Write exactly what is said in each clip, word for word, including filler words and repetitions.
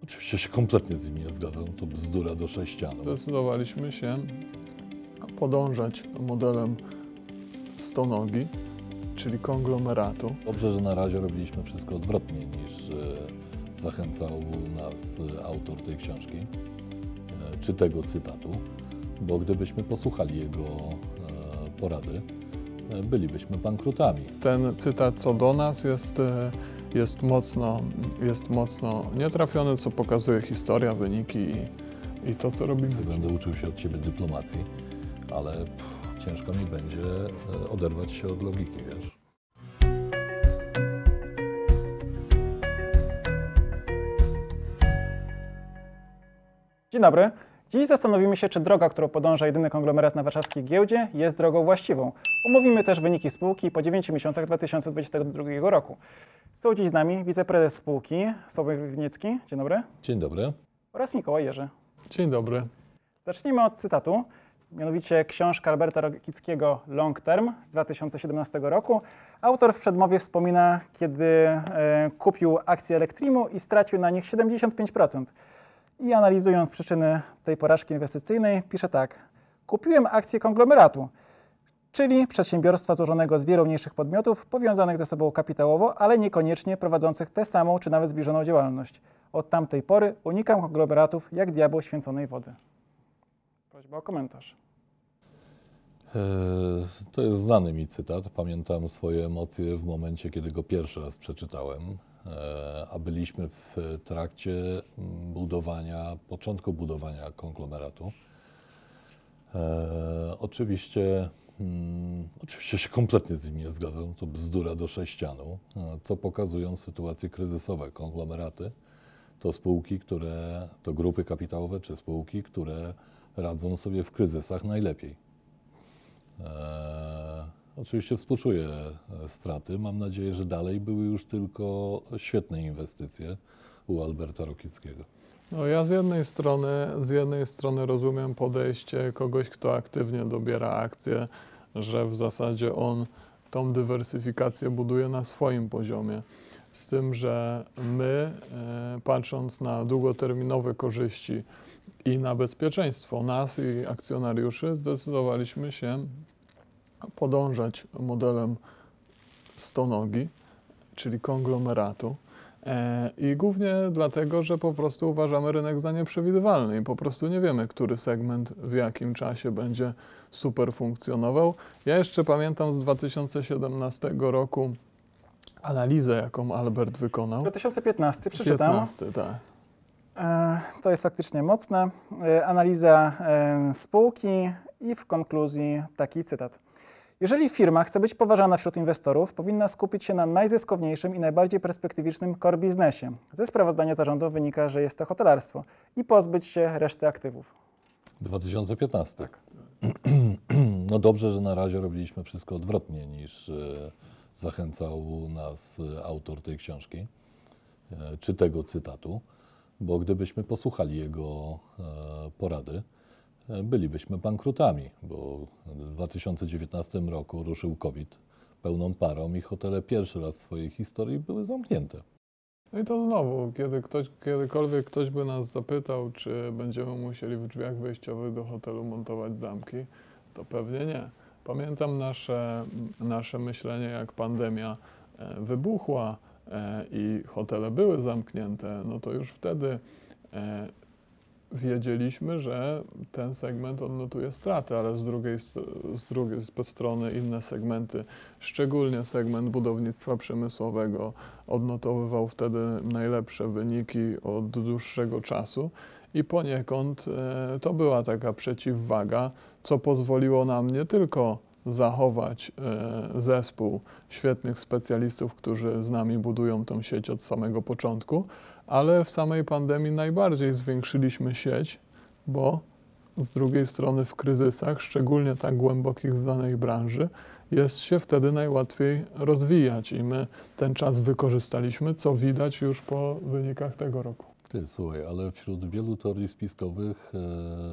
Oczywiście się kompletnie z nim nie zgadzam, to bzdura do sześcianu. Zdecydowaliśmy się podążać modelem stonogi, czyli konglomeratu. Dobrze, że na razie robiliśmy wszystko odwrotnie niż e, zachęcał nas autor tej książki, e, czy tego cytatu, bo gdybyśmy posłuchali jego e, porady, e, bylibyśmy bankrutami. Ten cytat co do nas jest, e, jest, mocno, jest mocno nietrafiony, co pokazuje historia, wyniki i, i to, co robimy. Będę uczył się od Ciebie dyplomacji, ale pff, ciężko mi będzie e, oderwać się od logiki, wiesz. Dzień dobry. Dziś zastanowimy się, czy droga, którą podąża jedyny konglomerat na warszawskiej giełdzie, jest drogą właściwą. Omówimy też wyniki spółki po dziewięciu miesiącach dwa tysiące dwudziestego drugiego roku. Są dziś z nami wiceprezes spółki Sławomir Winiecki. Dzień dobry. Dzień dobry. Oraz Mikołaj Jerzy. Dzień dobry. Zacznijmy od cytatu, mianowicie książka Alberta Rokickiego Long Term z dwa tysiące siedemnastego roku. Autor w przedmowie wspomina, kiedy e, kupił akcje Elektrimu i stracił na nich siedemdziesiąt pięć procent. I analizując przyczyny tej porażki inwestycyjnej, pisze tak. Kupiłem akcje konglomeratu, czyli przedsiębiorstwa złożonego z wielu mniejszych podmiotów, powiązanych ze sobą kapitałowo, ale niekoniecznie prowadzących tę samą czy nawet zbliżoną działalność. Od tamtej pory unikam konglomeratów jak diabeł święconej wody. Prośba o komentarz. To jest znany mi cytat. Pamiętam swoje emocje w momencie, kiedy go pierwszy raz przeczytałem, a byliśmy w trakcie budowania, początku budowania konglomeratu. Oczywiście, oczywiście się kompletnie z nim nie zgadzam, to bzdura do sześcianu, co pokazują sytuacje kryzysowe. Konglomeraty to spółki, które, to grupy kapitałowe czy spółki, które radzą sobie w kryzysach najlepiej. E, oczywiście współczuję straty. Mam nadzieję, że dalej były już tylko świetne inwestycje u Alberta Rokickiego. No ja z jednej strony, z jednej strony rozumiem podejście kogoś, kto aktywnie dobiera akcje, że w zasadzie on tą dywersyfikację buduje na swoim poziomie. Z tym, że my, e, patrząc na długoterminowe korzyści i na bezpieczeństwo nas i akcjonariuszy, zdecydowaliśmy się podążać modelem stonogi, czyli konglomeratu. E, I głównie dlatego, że po prostu uważamy rynek za nieprzewidywalny i po prostu nie wiemy, który segment w jakim czasie będzie super funkcjonował. Ja jeszcze pamiętam z dwa tysiące siedemnastego roku analizę, jaką Albert wykonał. dwa tysiące piętnasty przeczytam. piętnasty, tak. E, to jest faktycznie mocne. E, analiza e, spółki i w konkluzji taki cytat. Jeżeli firma chce być poważana wśród inwestorów, powinna skupić się na najzyskowniejszym i najbardziej perspektywicznym core biznesie. Ze sprawozdania zarządu wynika, że jest to hotelarstwo i pozbyć się reszty aktywów. dwa tysiące piętnasty. Tak. No dobrze, że na razie robiliśmy wszystko odwrotnie niż e, zachęcał nas autor tej książki, e, czy tego cytatu, bo gdybyśmy posłuchali jego e, porady, bylibyśmy bankrutami, bo w dwa tysiące dziewiętnastym roku ruszył COVID pełną parą i hotele pierwszy raz w swojej historii były zamknięte. No i to znowu, kiedy ktoś, kiedykolwiek ktoś by nas zapytał, czy będziemy musieli w drzwiach wejściowych do hotelu montować zamki, to pewnie nie. Pamiętam nasze, nasze myślenie, jak pandemia wybuchła i hotele były zamknięte, no to już wtedy wiedzieliśmy, że ten segment odnotuje straty, ale z drugiej, z drugiej strony inne segmenty, szczególnie segment budownictwa przemysłowego, odnotowywał wtedy najlepsze wyniki od dłuższego czasu i poniekąd e, to była taka przeciwwaga, co pozwoliło nam nie tylko zachować e, zespół świetnych specjalistów, którzy z nami budują tą sieć od samego początku, ale w samej pandemii najbardziej zwiększyliśmy sieć, bo z drugiej strony w kryzysach, szczególnie tak głębokich w danej branży, jest się wtedy najłatwiej rozwijać i my ten czas wykorzystaliśmy, co widać już po wynikach tego roku. Ty, słuchaj, ale wśród wielu teorii spiskowych e, e,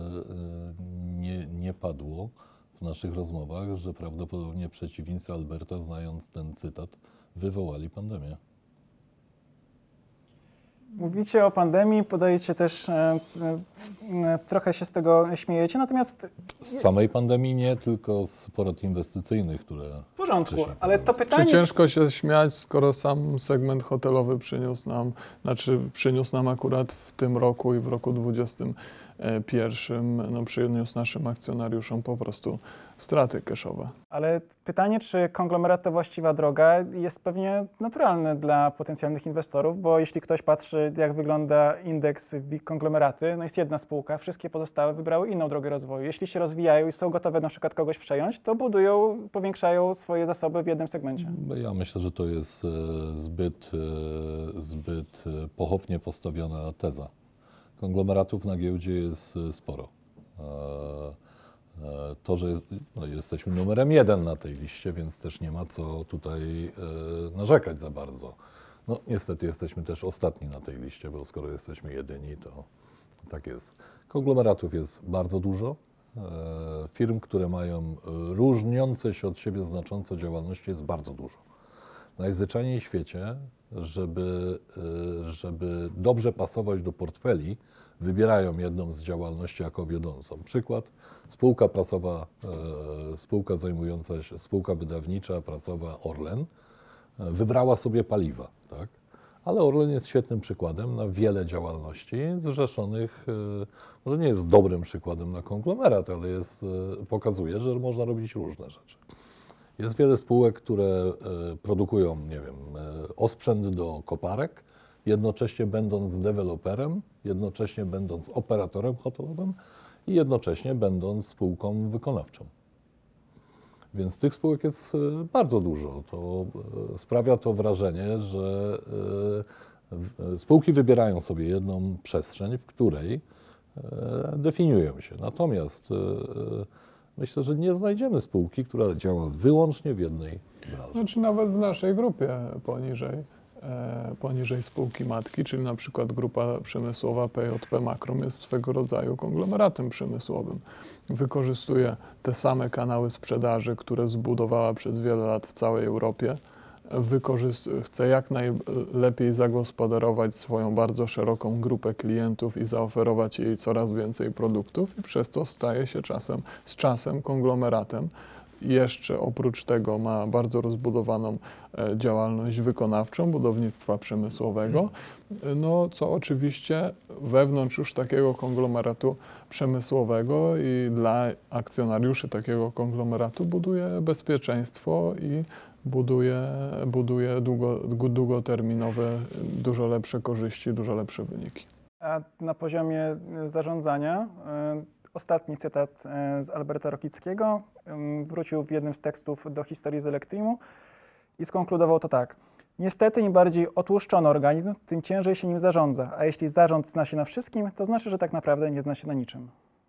nie, nie padło w naszych rozmowach, że prawdopodobnie przeciwnicy Alberta, znając ten cytat, wywołali pandemię. Mówicie o pandemii, podajecie też, e, e, trochę się z tego śmiejecie, natomiast Z samej pandemii nie, tylko z porad inwestycyjnych, które w porządku, wcześniej ale to padały. Czy pytanie... ciężko się śmiać, skoro sam segment hotelowy przyniósł nam, znaczy przyniósł nam akurat w tym roku i w roku dwudziestym pierwszym, no przyniósł naszym akcjonariuszom po prostu straty cashowe. Ale pytanie, czy konglomerat to właściwa droga, jest pewnie naturalne dla potencjalnych inwestorów, bo jeśli ktoś patrzy, jak wygląda indeks W I G konglomeraty, no jest jedna spółka, wszystkie pozostałe wybrały inną drogę rozwoju. Jeśli się rozwijają i są gotowe na przykład kogoś przejąć, to budują, powiększają swoje zasoby w jednym segmencie. Ja myślę, że to jest e, zbyt, e, zbyt e, pochopnie postawiona teza. Konglomeratów na giełdzie jest e, sporo. E, e, To, że jest, no, jesteśmy numerem jeden na tej liście, więc też nie ma co tutaj e, narzekać za bardzo. No niestety jesteśmy też ostatni na tej liście, bo skoro jesteśmy jedyni, to tak jest. Konglomeratów jest bardzo dużo. E, Firm, które mają e, różniące się od siebie znacząco działalności jest bardzo dużo. Najzwyczajniej w świecie, żeby, e, żeby dobrze pasować do portfeli, wybierają jedną z działalności jako wiodącą. Przykład, spółka prasowa, e, spółka zajmująca się, spółka wydawnicza, prasowa Orlen, e, wybrała sobie paliwa, tak? Ale Orlen jest świetnym przykładem na wiele działalności zrzeszonych, e, może nie jest dobrym przykładem na konglomerat, ale jest, e, pokazuje, że można robić różne rzeczy. Jest wiele spółek, które e, produkują, nie wiem, e, osprzęt do koparek, jednocześnie będąc deweloperem, jednocześnie będąc operatorem hotelowym i jednocześnie będąc spółką wykonawczą. Więc tych spółek jest e, bardzo dużo. To e, sprawia to wrażenie, że e, w- spółki wybierają sobie jedną przestrzeń, w której e, definiują się. Natomiast e, e, myślę, że nie znajdziemy spółki, która działa wyłącznie w jednej branży. Znaczy nawet w naszej grupie poniżej, e, poniżej spółki matki, czyli na przykład grupa przemysłowa P J P Makrom jest swego rodzaju konglomeratem przemysłowym. Wykorzystuje te same kanały sprzedaży, które zbudowała przez wiele lat w całej Europie. Wykorzyst- chce jak najlepiej zagospodarować swoją bardzo szeroką grupę klientów i zaoferować jej coraz więcej produktów i przez to staje się czasem, z czasem konglomeratem. Jeszcze oprócz tego ma bardzo rozbudowaną e, działalność wykonawczą budownictwa przemysłowego, no co oczywiście wewnątrz już takiego konglomeratu przemysłowego i dla akcjonariuszy takiego konglomeratu buduje bezpieczeństwo i buduje, buduje długo, długoterminowe, dużo lepsze korzyści, dużo lepsze wyniki. A na poziomie zarządzania, y, ostatni cytat y, z Alberta Rokickiego, y, wrócił w jednym z tekstów do historii z Electrimu i skonkludował to tak. Niestety im bardziej otłuszczony organizm, tym ciężej się nim zarządza, a jeśli zarząd zna się na wszystkim, to znaczy, że tak naprawdę nie zna się na niczym.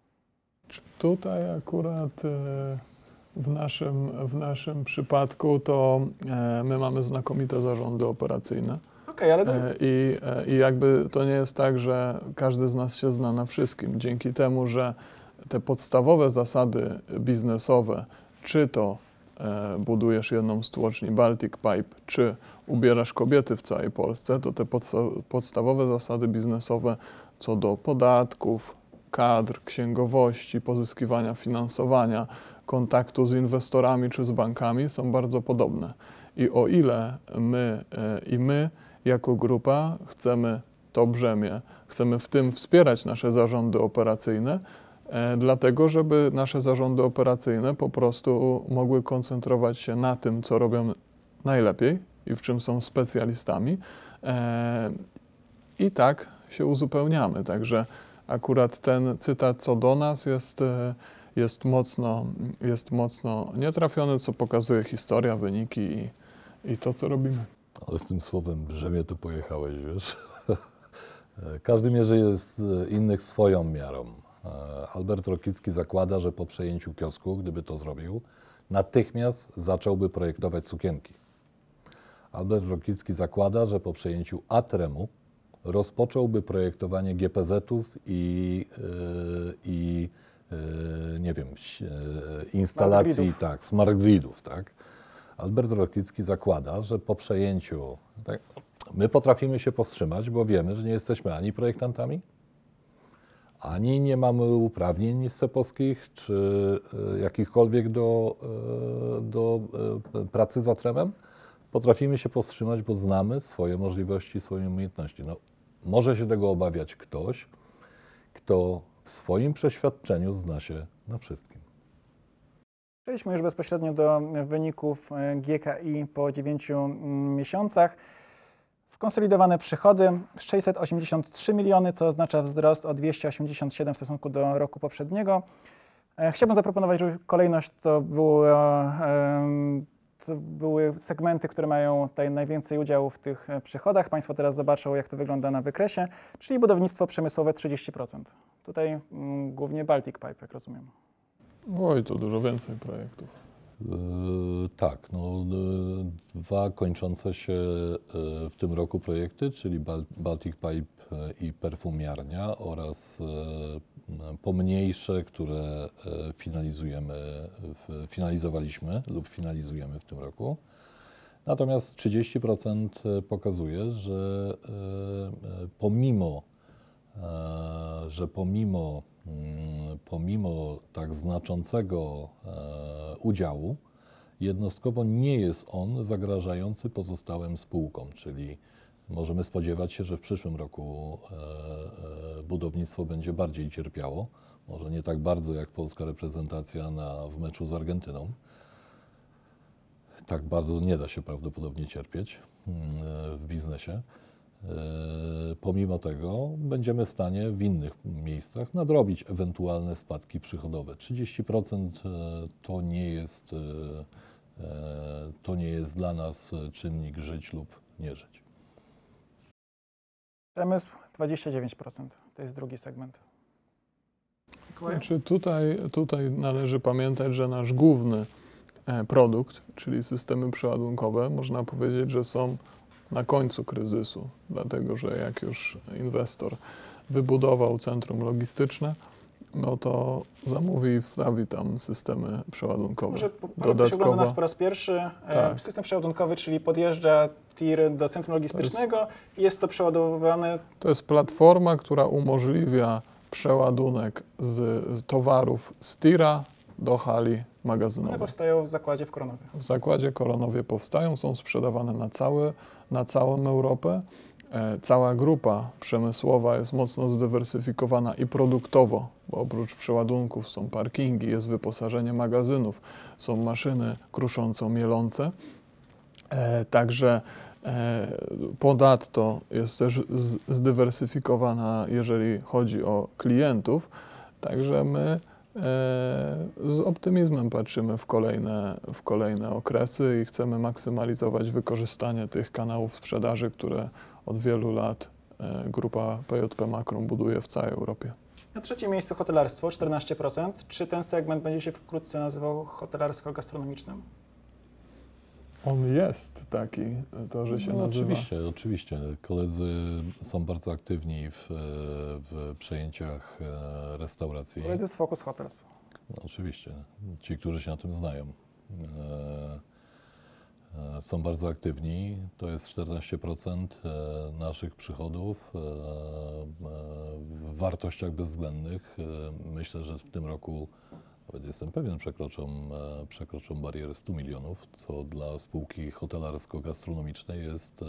Tutaj akurat e, w naszym, w naszym przypadku to e, my mamy znakomite zarządy operacyjne. Okej, ale to E, jest... I, e, I jakby to nie jest tak, że każdy z nas się zna na wszystkim. Dzięki temu, że te podstawowe zasady biznesowe, czy to e, budujesz jedną z tłoczni Baltic Pipe, czy ubierasz kobiety w całej Polsce, to te podsta- podstawowe zasady biznesowe co do podatków, kadr, księgowości, pozyskiwania finansowania, kontaktu z inwestorami czy z bankami są bardzo podobne. I o ile my e, i my jako grupa chcemy to brzemię, chcemy w tym wspierać nasze zarządy operacyjne, e, dlatego żeby nasze zarządy operacyjne po prostu mogły koncentrować się na tym, co robią najlepiej i w czym są specjalistami. E, I tak się uzupełniamy. Także akurat ten cytat co do nas jest, e, jest, mocno, jest mocno nietrafiony, co pokazuje historia, wyniki i, i to, co robimy. Ale z tym słowem brzemię to pojechałeś, wiesz. Każdy mierzy z innych swoją miarą. Albert Rokicki zakłada, że po przejęciu kiosku, gdyby to zrobił, natychmiast zacząłby projektować sukienki. Albert Rokicki zakłada, że po przejęciu Atremu rozpocząłby projektowanie G P Z-ów i, yy, i yy, nie wiem, yy, instalacji, Smart gridów. tak, smart gridów, tak. Albert Rokicki zakłada, że po przejęciu, tak, My potrafimy się powstrzymać, bo wiemy, że nie jesteśmy ani projektantami, ani nie mamy uprawnień sepowskich, czy e, jakichkolwiek do, e, do e, pracy za tremem. Potrafimy się powstrzymać, bo znamy swoje możliwości, swoje umiejętności. No, może się tego obawiać ktoś, kto w swoim przeświadczeniu zna się na wszystkim. Przejdźmy już bezpośrednio do wyników G K I po dziewięciu miesiącach. Skonsolidowane przychody sześćset osiemdziesiąt trzy miliony, co oznacza wzrost o dwieście osiemdziesiąt siedem w stosunku do roku poprzedniego. Chciałbym zaproponować, żeby kolejność to, było, to były segmenty, które mają tutaj najwięcej udziału w tych przychodach. Państwo teraz zobaczą, jak to wygląda na wykresie, czyli budownictwo przemysłowe trzydzieści procent. Tutaj mm, głównie Baltic Pipe, jak rozumiem. Oj, to dużo więcej projektów. Yy, tak, no, yy, dwa kończące się yy, w tym roku projekty, czyli Bal Baltic Pipe yy, i Perfumiarnia oraz yy, pomniejsze, które yy, finalizujemy, w, finalizowaliśmy lub finalizujemy w tym roku. Natomiast trzydzieści procent pokazuje, że yy, pomimo, yy, że pomimo pomimo tak znaczącego e, udziału, jednostkowo nie jest on zagrażający pozostałym spółkom, czyli możemy spodziewać się, że w przyszłym roku e, e, budownictwo będzie bardziej cierpiało, może nie tak bardzo jak polska reprezentacja na, w meczu z Argentyną. Tak bardzo nie da się prawdopodobnie cierpieć e, w biznesie. Pomimo tego będziemy w stanie w innych miejscach nadrobić ewentualne spadki przychodowe. trzydzieści procent to nie jest, to nie jest dla nas czynnik żyć lub nie żyć. Przemysł dwadzieścia dziewięć procent, to jest drugi segment. Znaczy tutaj, tutaj należy pamiętać, że nasz główny produkt, czyli systemy przeładunkowe, można powiedzieć, że są na końcu kryzysu, dlatego że jak już inwestor wybudował centrum logistyczne, no to zamówi i wstawi tam systemy przeładunkowe. Może ktoś ogląda nas po raz pierwszy. Tak. System przeładunkowy, czyli podjeżdża tir do centrum logistycznego to jest, i jest to przeładowywane. To jest platforma, która umożliwia przeładunek z towarów z tira do hali magazynowej. One powstają w zakładzie w Koronowie. W zakładzie Koronowie powstają, są sprzedawane na, cały, na całą Europę. E, cała grupa przemysłowa jest mocno zdywersyfikowana i produktowo, bo oprócz przeładunków są parkingi, jest wyposażenie magazynów, są maszyny krusząco-mielące. E, także e, ponadto jest też z, zdywersyfikowana, jeżeli chodzi o klientów. Także my z optymizmem patrzymy w kolejne, w kolejne okresy i chcemy maksymalizować wykorzystanie tych kanałów sprzedaży, które od wielu lat grupa P J P Makrum buduje w całej Europie. Na trzecim miejscu hotelarstwo, czternaście procent. Czy ten segment będzie się wkrótce nazywał hotelarsko-gastronomicznym? On jest taki, to, że się no, nazywa. Oczywiście, oczywiście. Koledzy są bardzo aktywni w, w przejęciach restauracji. Koledzy z Focus Hotels. No, oczywiście. Ci, którzy się na tym znają. Są bardzo aktywni. To jest czternaście procent naszych przychodów w wartościach bezwzględnych. Myślę, że w tym roku, nawet jestem pewien, przekroczą, przekroczą barierę stu milionów, co dla spółki hotelarsko-gastronomicznej jest,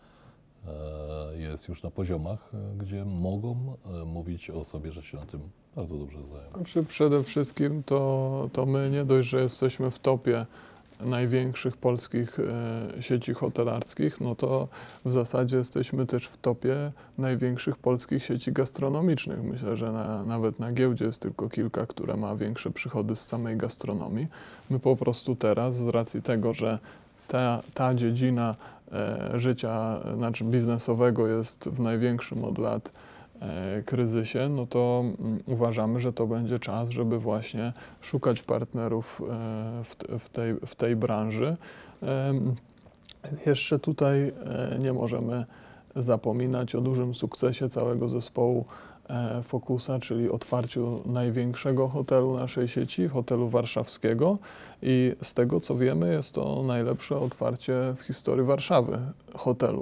jest już na poziomach, gdzie mogą mówić o sobie, że się na tym bardzo dobrze znają. Znaczy przede wszystkim to, to my nie dość, że jesteśmy w topie największych polskich e, sieci hotelarskich, no to w zasadzie jesteśmy też w topie największych polskich sieci gastronomicznych. Myślę, że na, nawet na giełdzie jest tylko kilka, które ma większe przychody z samej gastronomii. My po prostu teraz, z racji tego, że ta, ta dziedzina e, życia, znaczy biznesowego jest w największym od lat kryzysie, no to uważamy, że to będzie czas, żeby właśnie szukać partnerów w, w, tej, w tej branży. Jeszcze tutaj nie możemy zapominać o dużym sukcesie całego zespołu Focusa, czyli otwarciu największego hotelu naszej sieci, hotelu warszawskiego, i z tego co wiemy, jest to najlepsze otwarcie w historii Warszawy hotelu.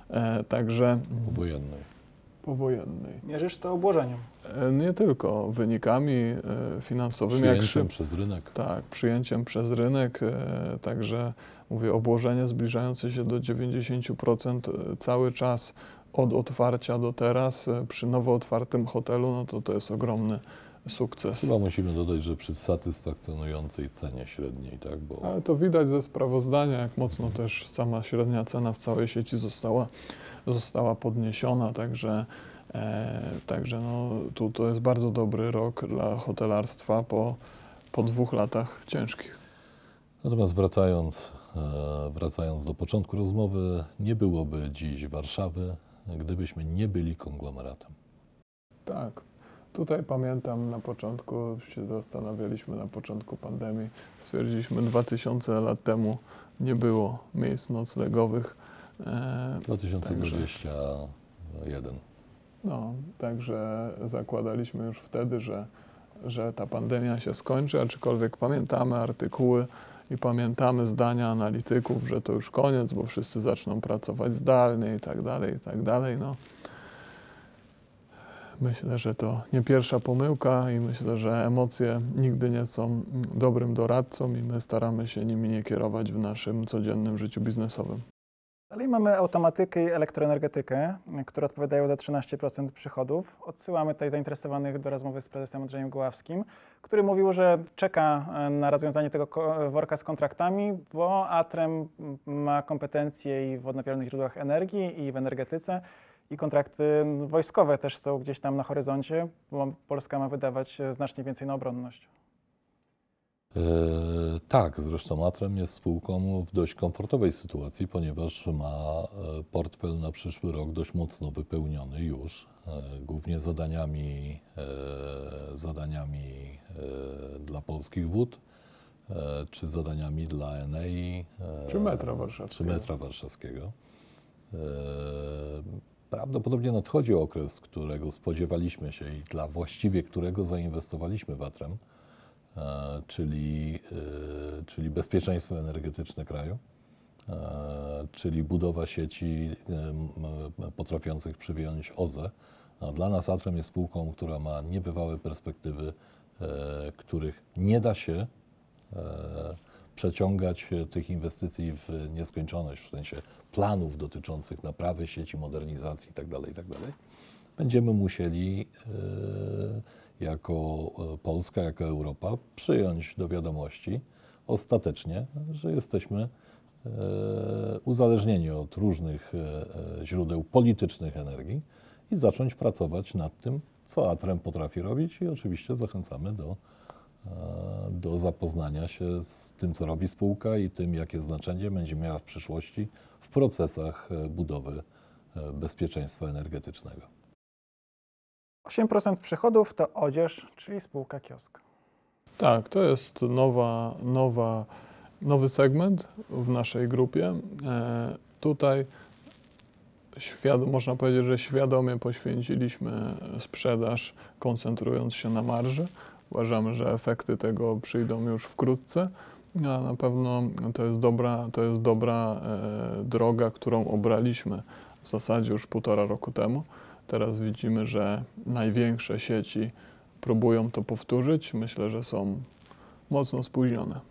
E, Także Wojennej. powojennej. Mierzysz to obłożeniem. E, Nie tylko wynikami e, finansowymi, jak Przyjęciem szyb, przez rynek. tak, przyjęciem przez rynek, e, także mówię, obłożenie zbliżające się do dziewięćdziesiąt procent cały czas od otwarcia do teraz, e, przy nowo otwartym hotelu, no to to jest ogromny sukces. Chyba musimy dodać, że przy satysfakcjonującej cenie średniej, tak? Bo Ale to widać ze sprawozdania, jak mocno też sama średnia cena w całej sieci została, została podniesiona, także, e, także no, tu to jest bardzo dobry rok dla hotelarstwa po, po dwóch latach ciężkich. Natomiast wracając, e, wracając do początku rozmowy, nie byłoby dziś Warszawy, gdybyśmy nie byli konglomeratem. Tak. Tutaj pamiętam na początku, się zastanawialiśmy na początku pandemii, stwierdziliśmy dwa tysiące lat temu nie było miejsc noclegowych. E, dwa tysiące dwudziesty jeden. No, także zakładaliśmy już wtedy, że, że ta pandemia się skończy, aczkolwiek pamiętamy artykuły i pamiętamy zdania analityków, że to już koniec, bo wszyscy zaczną pracować zdalnie i tak dalej, i tak dalej. No. Myślę, że to nie pierwsza pomyłka i myślę, że emocje nigdy nie są dobrym doradcą i my staramy się nimi nie kierować w naszym codziennym życiu biznesowym. Dalej mamy automatykę i elektroenergetykę, które odpowiadają za trzynaście procent przychodów. Odsyłamy tutaj zainteresowanych do rozmowy z prezesem Andrzejem Goławskim, który mówił, że czeka na rozwiązanie tego ko- worka z kontraktami, bo Atrem ma kompetencje i w odnawialnych źródłach energii, i w energetyce, i kontrakty wojskowe też są gdzieś tam na horyzoncie, bo Polska ma wydawać znacznie więcej na obronność. E, tak, zresztą Atrem jest spółką w dość komfortowej sytuacji, ponieważ ma e, portfel na przyszły rok dość mocno wypełniony już, e, głównie zadaniami, e, zadaniami e, dla polskich wód, e, czy zadaniami dla N E I, e, Czy metra warszawskiego. czy metra warszawskiego. E, Prawdopodobnie nadchodzi okres, którego spodziewaliśmy się i dla właściwie którego zainwestowaliśmy w Atrem, e, czyli, e, czyli bezpieczeństwo energetyczne kraju, e, czyli budowa sieci e, m, potrafiących przyjąć O Z E. A dla nas Atrem jest spółką, która ma niebywałe perspektywy, e, których nie da się e, przeciągać tych inwestycji w nieskończoność, w sensie planów dotyczących naprawy sieci, modernizacji itd., itd. Będziemy musieli e, jako Polska, jako Europa przyjąć do wiadomości ostatecznie, że jesteśmy e, uzależnieni od różnych e, źródeł politycznych energii i zacząć pracować nad tym, co Atrem potrafi robić i oczywiście zachęcamy do do zapoznania się z tym, co robi spółka i tym, jakie znaczenie będzie miała w przyszłości w procesach budowy bezpieczeństwa energetycznego. osiem procent przychodów to odzież, czyli spółka kiosk. Tak, to jest nowa, nowa, nowy segment w naszej grupie. E, tutaj świad- można powiedzieć, że świadomie poświęciliśmy sprzedaż, koncentrując się na marży. Uważamy, że efekty tego przyjdą już wkrótce, a na pewno to jest dobra, to jest dobra e, droga, którą obraliśmy w zasadzie już półtora roku temu. Teraz widzimy, że największe sieci próbują to powtórzyć. Myślę, że są mocno spóźnione.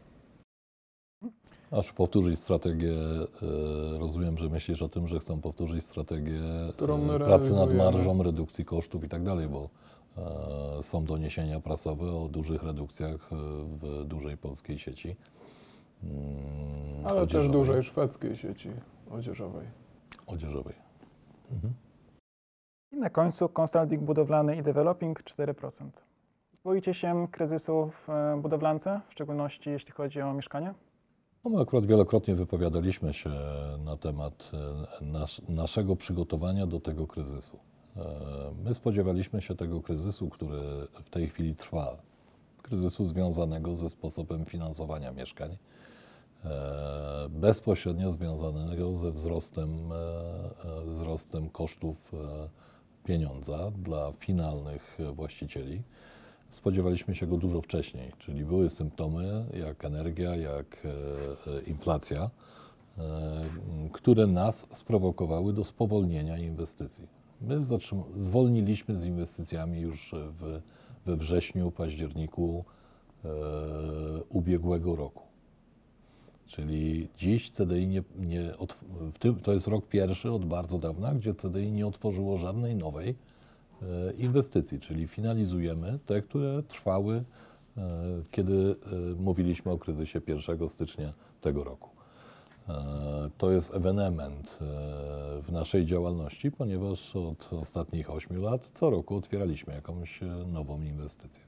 Aż powtórzyć strategię, e, rozumiem, że myślisz o tym, że chcą powtórzyć strategię Którą my e, pracy nad realizujemy. marżą, redukcji kosztów i tak dalej, bo e, są doniesienia prasowe o dużych redukcjach e, w dużej polskiej sieci. mm, Ale też odzieżowej. dużej szwedzkiej sieci odzieżowej. Odzieżowej. Mhm. I na końcu consulting budowlany i developing cztery procent. Boicie się kryzysu w e, budowlance, w szczególności jeśli chodzi o mieszkania? No, my akurat wielokrotnie wypowiadaliśmy się na temat e, nas, naszego przygotowania do tego kryzysu. E, My spodziewaliśmy się tego kryzysu, który w tej chwili trwa. Kryzysu związanego ze sposobem finansowania mieszkań, e, bezpośrednio związanego ze wzrostem, e, e, wzrostem kosztów e, pieniądza dla finalnych właścicieli. Spodziewaliśmy się go dużo wcześniej, czyli były symptomy jak energia, jak e, e, inflacja, które nas sprowokowały do spowolnienia inwestycji. My zatrzym- zwolniliśmy z inwestycjami już w, we wrześniu, październiku e, ubiegłego roku. Czyli dziś C D I nie, nie otw- w tym, to jest rok pierwszy od bardzo dawna, gdzie C D I nie otworzyło żadnej nowej e, inwestycji, czyli finalizujemy te, które trwały, e, kiedy e, mówiliśmy o kryzysie pierwszego stycznia tego roku. E, To jest ewenement e, w naszej działalności, ponieważ od ostatnich ośmiu lat co roku otwieraliśmy jakąś e, nową inwestycję.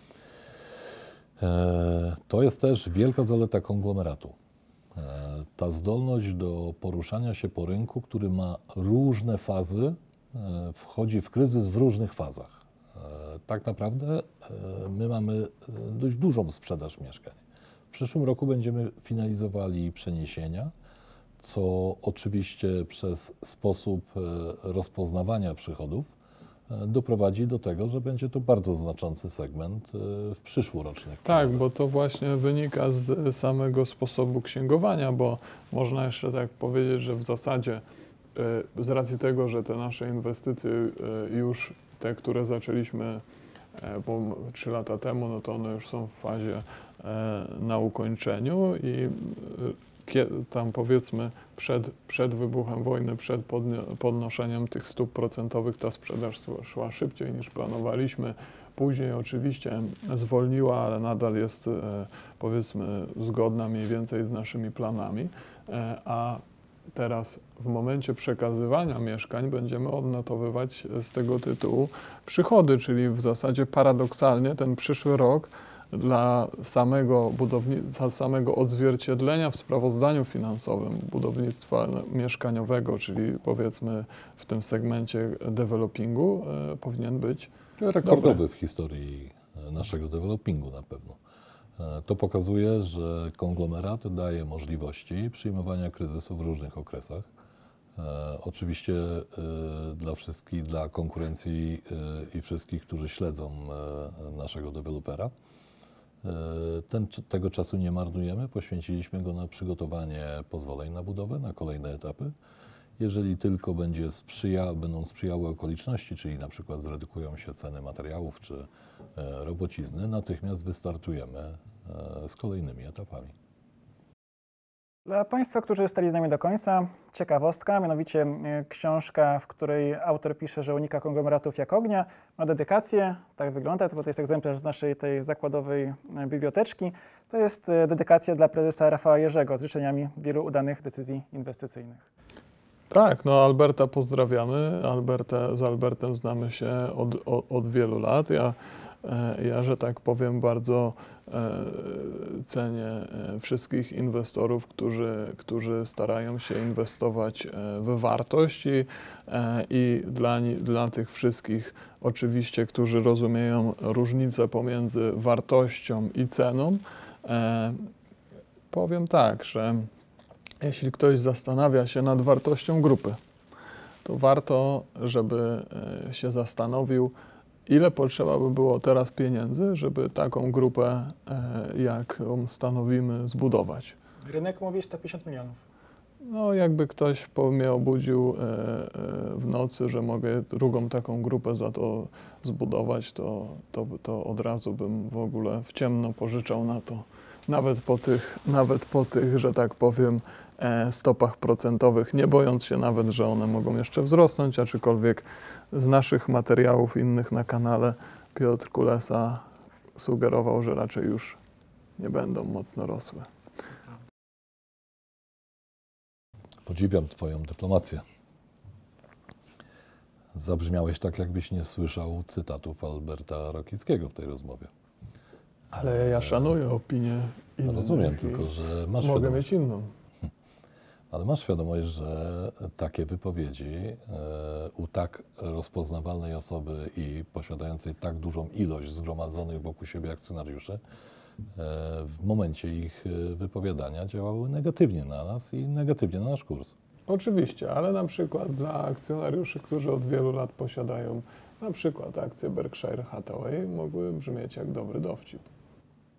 E, To jest też wielka zaleta konglomeratu. E, Ta zdolność do poruszania się po rynku, który ma różne fazy, e, wchodzi w kryzys w różnych fazach. E, Tak naprawdę e, my mamy e, dość dużą sprzedaż mieszkań. W przyszłym roku będziemy finalizowali przeniesienia, co oczywiście przez sposób e, rozpoznawania przychodów e, doprowadzi do tego, że będzie to bardzo znaczący segment e, w przyszłorocznych Tak, cenach. bo to właśnie wynika z samego sposobu księgowania, bo można jeszcze tak powiedzieć, że w zasadzie y, z racji tego, że te nasze inwestycje y, już, te, które zaczęliśmy e, bo trzy lata temu, no to one już są w fazie e, na ukończeniu i y, kie- tam powiedzmy przed, przed wybuchem wojny, przed podni- podnoszeniem tych stóp procentowych ta sprzedaż szła- szła szybciej niż planowaliśmy. Później oczywiście zwolniła, ale nadal jest e, powiedzmy zgodna mniej więcej z naszymi planami, e, a teraz w momencie przekazywania mieszkań będziemy odnotowywać z tego tytułu przychody, czyli w zasadzie paradoksalnie ten przyszły rok dla samego budownictwa, samego odzwierciedlenia w sprawozdaniu finansowym budownictwa mieszkaniowego, czyli powiedzmy w tym segmencie developingu, e, powinien być Rekordowy dobry. w historii e, naszego developingu na pewno. E, To pokazuje, że konglomerat daje możliwości przyjmowania kryzysu w różnych okresach. E, Oczywiście e, dla wszystkich, dla konkurencji e, i wszystkich, którzy śledzą e, naszego dewelopera. E, Ten, tego czasu nie marnujemy, poświęciliśmy go na przygotowanie pozwoleń na budowę, na kolejne etapy. Jeżeli tylko będzie sprzyja, będą sprzyjały okoliczności, czyli na przykład zredukują się ceny materiałów czy e, robocizny, natychmiast wystartujemy e, z kolejnymi etapami. Dla Państwa, którzy zostali z nami do końca, ciekawostka, mianowicie e, książka, w której autor pisze, że unika konglomeratów jak ognia, ma dedykację, tak wygląda, to jest egzemplarz z naszej tej zakładowej e, biblioteczki. To jest e, dedykacja dla prezesa Rafała Jerzego z życzeniami wielu udanych decyzji inwestycyjnych. Tak, no Alberta pozdrawiamy. Alberta, z Albertem znamy się od, od, od wielu lat. Ja, e, ja, że tak powiem, bardzo e, cenię e, wszystkich inwestorów, którzy, którzy starają się inwestować e, w wartość i, e, i dla, ni- dla tych wszystkich oczywiście, którzy rozumieją różnicę pomiędzy wartością i ceną, e, powiem tak, że jeśli ktoś zastanawia się nad wartością grupy, to warto, żeby e, się zastanowił, ile potrzeba by było teraz pieniędzy, żeby taką grupę, e, jaką stanowimy, zbudować. Rynek mówi sto pięćdziesiąt milionów. No, jakby ktoś po- mnie obudził e, e, w nocy, że mogę drugą taką grupę za to zbudować, to, to, to od razu bym w ogóle w ciemno pożyczał na to. Nawet po tych, nawet po tych, że tak powiem, e, stopach procentowych, nie bojąc się nawet, że one mogą jeszcze wzrosnąć, aczkolwiek z naszych materiałów innych na kanale Piotr Kulesa sugerował, że raczej już nie będą mocno rosły. Podziwiam Twoją dyplomację. Zabrzmiałeś tak, jakbyś nie słyszał cytatów Alberta Rokickiego w tej rozmowie. Ale ja szanuję opinię innych. Rozumiem i tylko, że masz mogę świadomość, mieć inną. ale masz świadomość, że takie wypowiedzi e, u tak rozpoznawalnej osoby i posiadającej tak dużą ilość zgromadzonych wokół siebie akcjonariuszy, e, w momencie ich e, wypowiadania działały negatywnie na nas i negatywnie na nasz kurs. Oczywiście, ale na przykład dla akcjonariuszy, którzy od wielu lat posiadają na przykład akcje Berkshire Hathaway, mogły brzmieć jak dobry dowcip.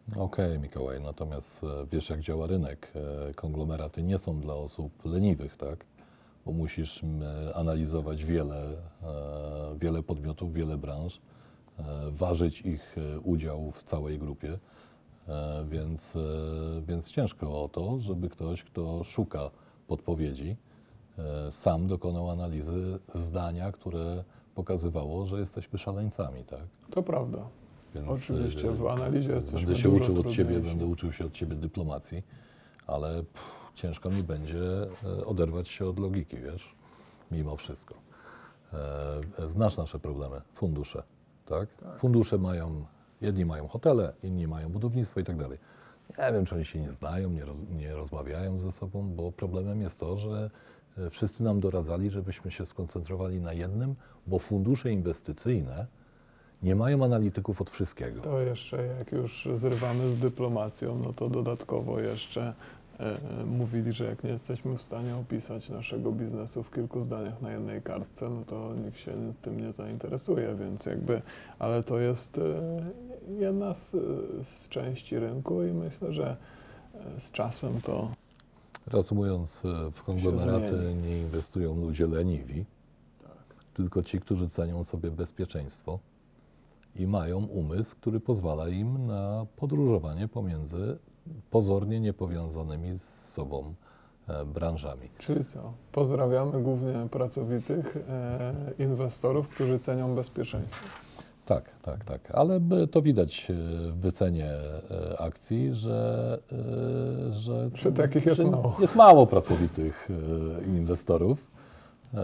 Okej, Mikołaj, natomiast e, wiesz, jak działa rynek. E, Konglomeraty nie są dla osób leniwych, tak? Bo musisz m, analizować wiele, e, wiele podmiotów, wiele branż, e, ważyć ich e, udział w całej grupie, e, więc, e, więc ciężko o to, żeby ktoś, kto szuka podpowiedzi, e, sam dokonał analizy zdania, które pokazywało, że jesteśmy szaleńcami, tak? To prawda. Więc, Oczywiście e, w analizie jesteśmy Będę się dużo uczył od ciebie, trudniejsi. będę uczył się od ciebie dyplomacji, ale pff, ciężko mi będzie e, oderwać się od logiki, wiesz, mimo wszystko. E, Znasz nasze problemy, fundusze, tak? Fundusze mają, jedni mają hotele, inni mają budownictwo i tak dalej. Nie wiem, czy oni się nie znają, nie, roz, nie rozmawiają ze sobą, bo problemem jest to, że e, wszyscy nam doradzali, żebyśmy się skoncentrowali na jednym, bo fundusze inwestycyjne nie mają analityków od wszystkiego. To jeszcze jak już zrywamy z dyplomacją, no to dodatkowo jeszcze e, mówili, że jak nie jesteśmy w stanie opisać naszego biznesu w kilku zdaniach na jednej kartce, no to nikt się tym nie zainteresuje, więc jakby, ale to jest e, jedna z, z części rynku i myślę, że e, z czasem to Reasumując, w- w konglomeraty zmieni. nie inwestują ludzie leniwi, tylko ci, którzy cenią sobie bezpieczeństwo i mają umysł, który pozwala im na podróżowanie pomiędzy pozornie niepowiązanymi z sobą e, branżami. Czyli co? Pozdrawiamy głównie pracowitych e, inwestorów, którzy cenią bezpieczeństwo. Tak, tak, tak. Ale by- to widać e, w wycenie e, akcji, że, e, że, Że takich jest że mało. Jest mało pracowitych e, inwestorów. E,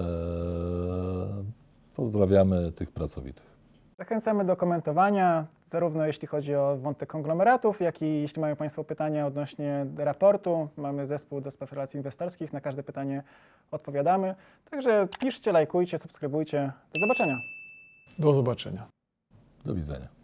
Pozdrawiamy tych pracowitych. Zachęcamy do komentowania, zarówno jeśli chodzi o wątek konglomeratów, jak i jeśli mają Państwo pytania odnośnie raportu. Mamy zespół do spraw relacji inwestorskich, na każde pytanie odpowiadamy. Także piszcie, lajkujcie, subskrybujcie. Do zobaczenia. Do zobaczenia. Do widzenia.